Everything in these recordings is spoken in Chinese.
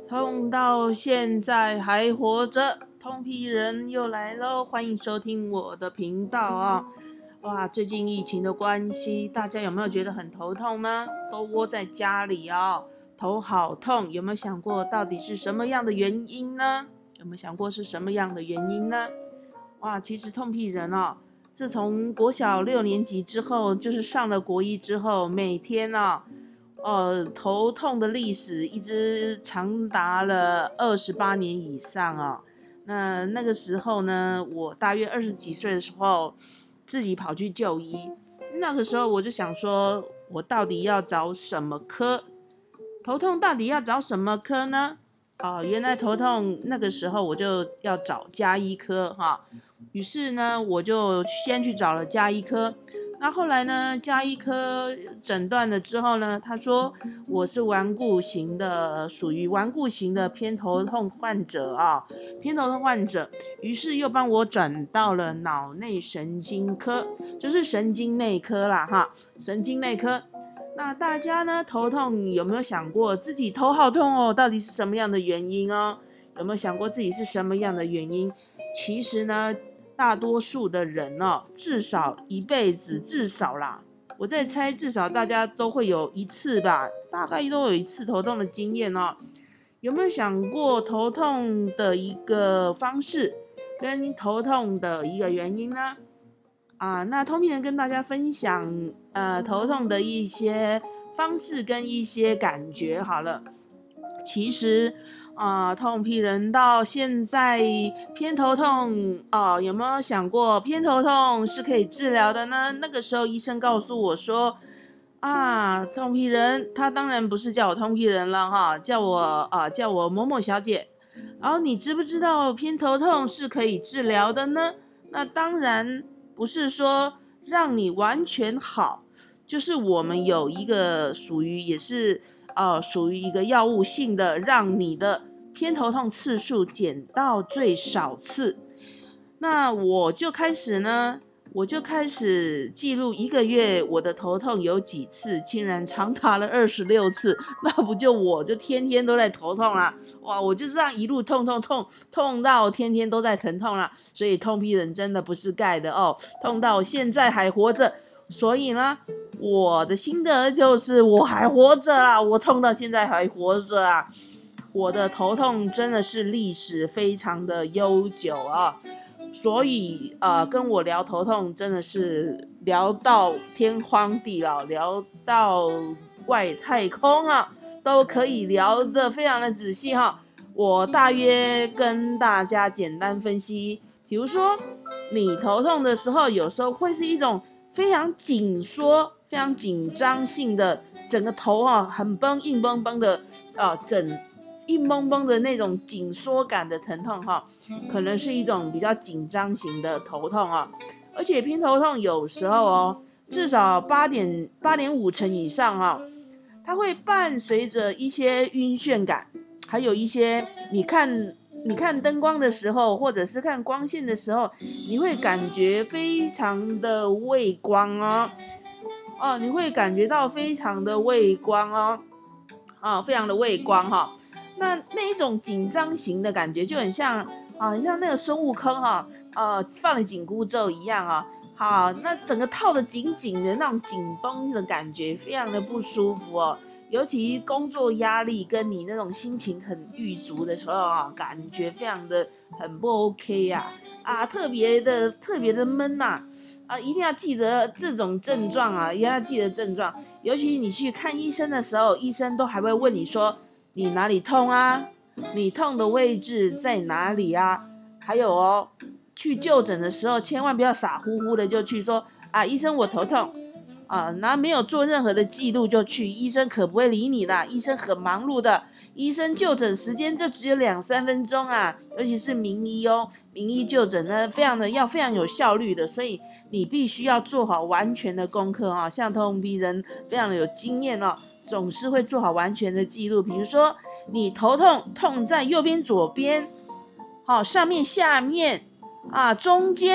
痛到现在还活着，痛屁人又来咯，欢迎收听我的频道啊！哇，最近疫情的关系，大家有没有觉得很头痛呢？都窝在家里哦，头好痛，有没有想过到底是什么样的原因呢？有没有想过是什么样的原因呢？哇，其实痛屁人哦，自从国小6年级之后，就是上了国一之后，每天头痛的历史一直长达了28年以上哦。那个时候呢，我大约20几岁的时候，自己跑去就医。那个时候我就想说，我到底要找什么科？头痛到底要找什么科呢？原来头痛那个时候我就要找家医科哈。于是呢，我就先去找了家医科。那后来呢，家医科诊断了之后呢，他说我是顽固型的，属于顽固型的偏头痛患者啊，偏头痛患者。于是又帮我转到了脑内神经科，就是神经内科啦哈，神经内科。那大家呢，头痛有没有想过自己头好痛哦？到底是什么样的原因哦？有没有想过自己是什么样的原因？其实呢，大多数的人哦，至少一辈子，至少啦，我在猜，至少大家都会有一次吧，大概都有一次头痛的经验哦。有没有想过头痛的一个方式，跟头痛的一个原因呢？那通篇跟大家分享头痛的一些方式跟一些感觉好了。其实痛屁人到现在偏头痛有没有想过偏头痛是可以治疗的呢？那个时候医生告诉我说痛屁人，他当然不是叫我痛屁人了哈，叫我某某小姐。然后你知不知道偏头痛是可以治疗的呢？那当然不是说让你完全好，就是我们有一个属于一个药物性的，让你的偏头痛次数减到最少次。那我就开始记录一个月我的头痛有几次，竟然长达了26次，那不就我就天天都在头痛啦。哇，我就这样一路痛到天天都在疼痛啦。所以痛屁人真的不是盖的哦，痛到现在还活着。所以呢，我的心得就是我还活着啦，我痛到现在还活着啊。我的头痛真的是历史非常的悠久啊。所以跟我聊头痛真的是聊到天荒地老，聊到外太空啊，都可以聊得非常的仔细哈。我大约跟大家简单分析，比如说你头痛的时候，有时候会是一种非常紧缩、非常紧张性的，整个头很硬绷绷的硬绷绷的那种紧缩感的疼痛可能是一种比较紧张型的头痛而且偏头痛有时候至少8.5成以上它会伴随着一些晕眩感，还有一些你看灯光的时候，或者是看光线的时候，你会感觉非常的畏光你会感觉到非常的畏光非常的畏光那一种紧张型的感觉就很像那个孙悟空放了紧箍咒一样那整个套的紧紧的那种紧绷的感觉非常的不舒服尤其工作压力跟你那种心情很郁足的时候感觉非常的很不 OK 特别的闷一定要记得这种症状一定要记得症状，尤其你去看医生的时候，医生都还会问你说你哪里痛你痛的位置在哪里还有去就诊的时候千万不要傻乎乎的就去说医生我头痛然后没有做任何的记录就去，医生可不会理你的，医生很忙碌的，医生就诊时间就只有2-3分钟尤其是名医名医就诊呢非常有效率的，所以你必须要做好完全的功课像痛屁人非常的有经验总是会做好完全的记录，比如说你头痛在右边左边上面下面中间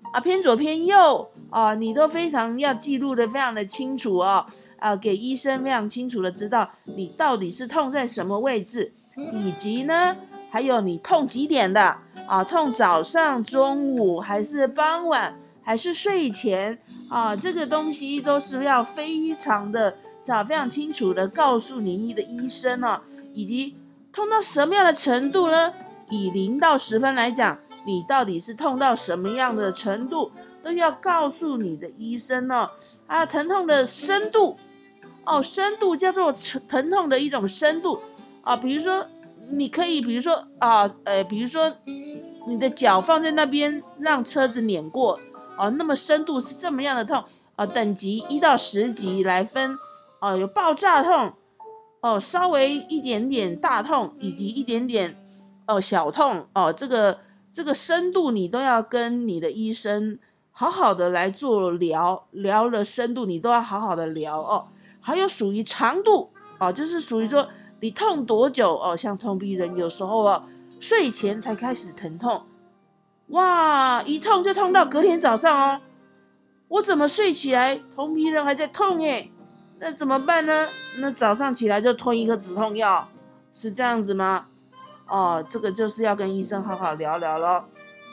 偏左偏右你都非常要记录的非常的清楚给医生非常清楚的知道你到底是痛在什么位置，以及呢还有你痛几点的痛早上、中午还是傍晚还是睡前这个东西都是要非常清楚的告诉你的医生以及痛到什么样的程度呢？以0到10分来讲，你到底是痛到什么样的程度，都要告诉你的医生疼痛的深度深度叫做疼痛的一种深度比如说你可以比如说你的脚放在那边让车子碾过那么深度是这么样的痛等级1到10级来分有爆炸痛稍微一点点大痛，以及一点点小痛这个深度你都要跟你的医生好好的来做聊的深度，你都要好好的聊还有属于长度就是属于说你痛多久像痛逼人有时候睡前才开始疼痛，哇，一痛就痛到隔天早上我怎么睡起来头皮人还在痛那怎么办呢？那早上起来就吞一颗止痛药，是这样子吗？这个就是要跟医生好好聊聊咯，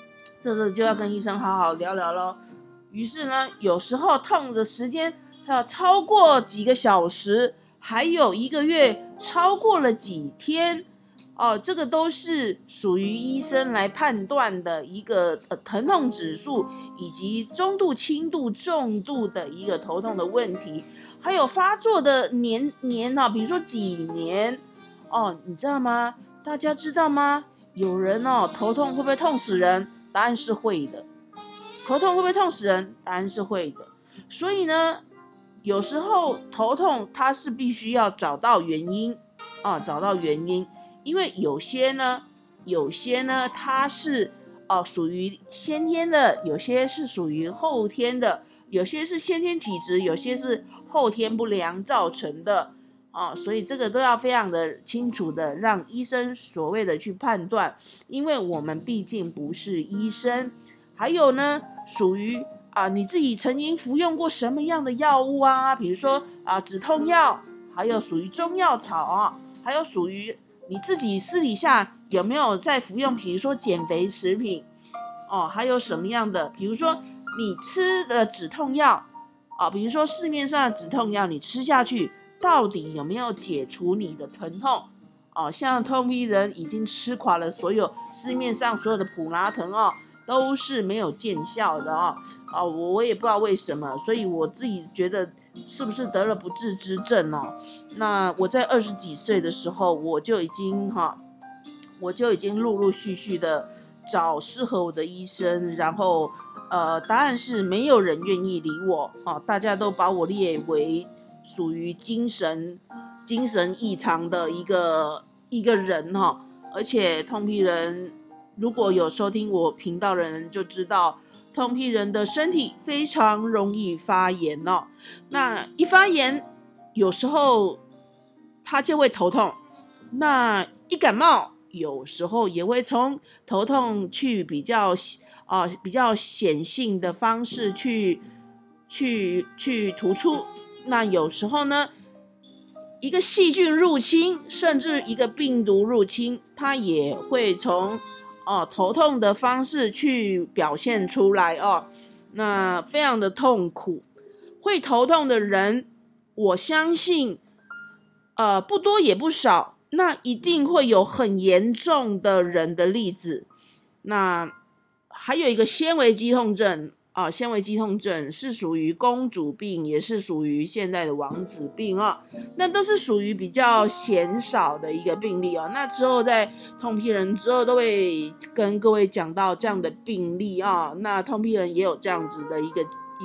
于是呢，有时候痛的时间要超过几个小时，还有1个月超过了几天这个都是属于医生来判断的一个疼痛指数，以及中度、轻度、重度的一个头痛的问题，还有发作的年比如说几年你知道吗？大家知道吗？有人头痛会不会痛死人？答案是会的。头痛会不会痛死人？答案是会的。所以呢，有时候头痛它是必须要找到原因因为有些呢它是属于先天的，有些是属于后天的，有些是先天体质，有些是后天不良造成的所以这个都要非常的清楚的让医生所谓的去判断，因为我们毕竟不是医生。还有呢，属于你自己曾经服用过什么样的药物比如说止痛药，还有属于中药草还有属于你自己私底下有没有在服用，比如说减肥食品还有什么样的，比如说你吃的止痛药比如说市面上的止痛药你吃下去到底有没有解除你的疼痛像痛批人已经吃垮了所有市面上所有的普拉疼都是没有见效的我也不知道为什么，所以我自己觉得是不是得了不治之症那我在20几岁的时候我就已经陆陆续续的找适合我的医生，然后答案是没有人愿意理我大家都把我列为属于精神异常的一个人而且痛批人如果有收听我频道的人就知道，痛批人的身体非常容易发炎那一发炎有时候他就会头痛，那一感冒有时候也会从头痛去比较显性的方式去突出，那有时候呢一个细菌入侵，甚至一个病毒入侵，它也会从头痛的方式去表现出来那非常的痛苦。会头痛的人我相信不多也不少，那一定会有很严重的人的例子。那还有一个纤维肌痛症纤维肌痛症是属于公主病，也是属于现在的王子病那都是属于比较鲜少的一个病例那之后在痛批人之后都会跟各位讲到这样的病例那痛批人也有这样子的一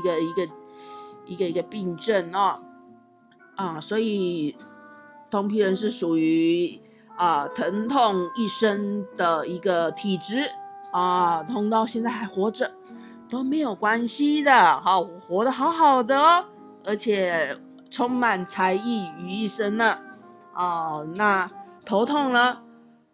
个病症所以痛批人是属于疼痛一生的一个体质痛到现在还活着都没有关系的活得好好的而且充满才艺于一身呢那头痛呢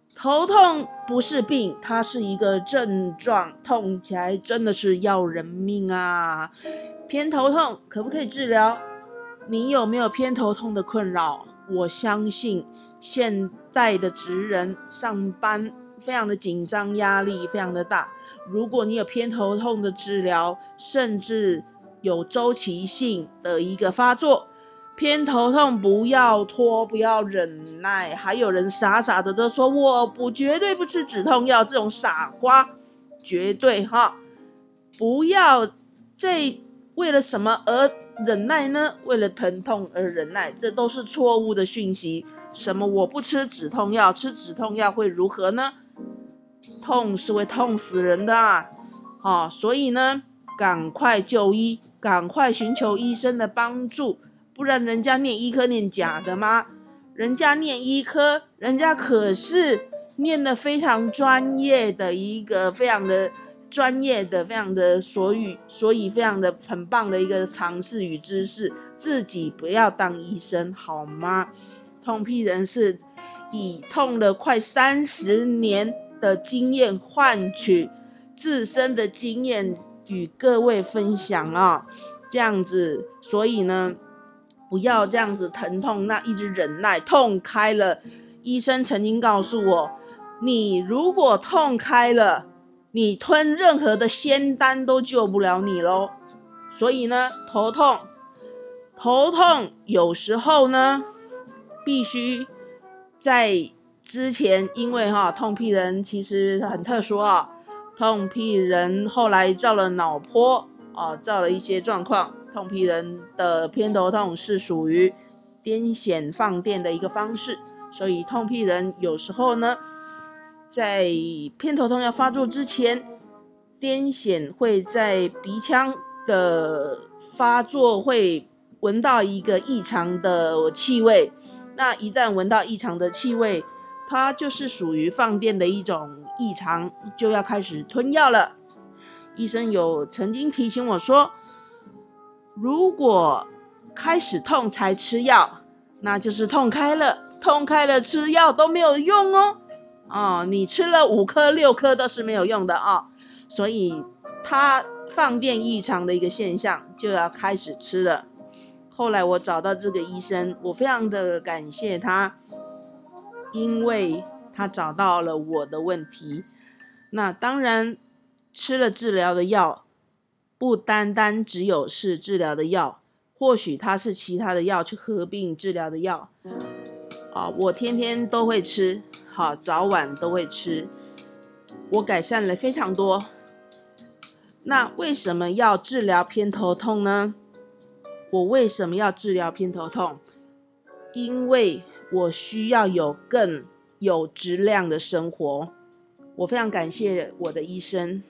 头痛不是病，它是一个症状，痛起来真的是要人命啊。偏头痛可不可以治疗？你有没有偏头痛的困扰？我相信现在的职人上班非常的紧张，压力非常的大。如果你有偏头痛的治疗，甚至有周期性的一个发作，偏头痛不要拖，不要忍耐。还有人傻傻的都说绝对不吃止痛药，这种傻瓜绝对不要为了什么而忍耐呢？为了疼痛而忍耐，这都是错误的讯息。什么我不吃止痛药，吃止痛药会如何呢？痛是会痛死人的所以呢，赶快就医，赶快寻求医生的帮助，不然人家念医科念假的吗？人家念医科，人家可是念的非常专业的一个，非常的专业的，非常的所以非常的很棒的一个尝试与知识，自己不要当医生好吗？痛屁人是以痛了快30年的经验换取自身的经验与各位分享这样子，所以呢，不要这样子疼痛，那一直忍耐，痛开了。医生曾经告诉我，你如果痛开了，你吞任何的仙丹都救不了你咯。所以呢，头痛有时候呢，必须在之前，因为痛屁人其实很特殊痛屁人后来照了脑波照了一些状况，痛屁人的偏头痛是属于癫痫放电的一个方式，所以痛屁人有时候呢，在偏头痛要发作之前，癫痫会在鼻腔的发作会闻到一个异常的气味，那一旦闻到异常的气味，它就是属于放电的一种异常，就要开始吞药了。医生有曾经提醒我说，如果开始痛才吃药，那就是痛开了吃药都没有用你吃了5颗6颗都是没有用的所以它放电异常的一个现象就要开始吃了。后来我找到这个医生，我非常的感谢他，因为他找到了我的问题。那当然吃了治疗的药，不单单只有是治疗的药，或许它是其他的药去合并治疗的药我天天都会吃早晚都会吃，我改善了非常多。那为什么要治疗偏头痛呢？我为什么要治疗偏头痛？因为我需要有更有质量的生活。我非常感谢我的医生，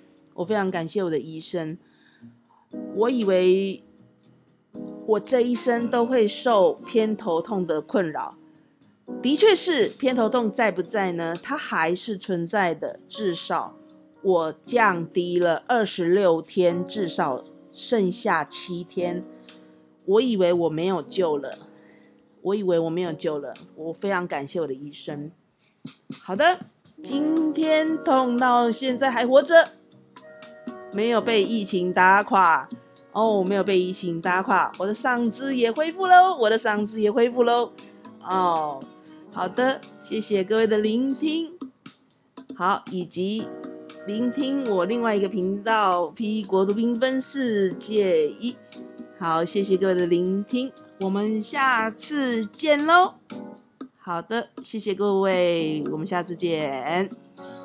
我以为我这一生都会受偏头痛的困扰，的确是，偏头痛在不在呢？它还是存在的，至少我降低了26天，至少剩下7天。我以为我没有救了，我非常感谢我的医生。好的，今天痛到现在还活着，没有被疫情打垮我的嗓子也恢复喽好的，谢谢各位的聆听，以及聆听我另外一个频道 P 国度缤纷世界1。好，谢谢各位的聆听，我们下次见咯。好的，谢谢各位，我们下次见。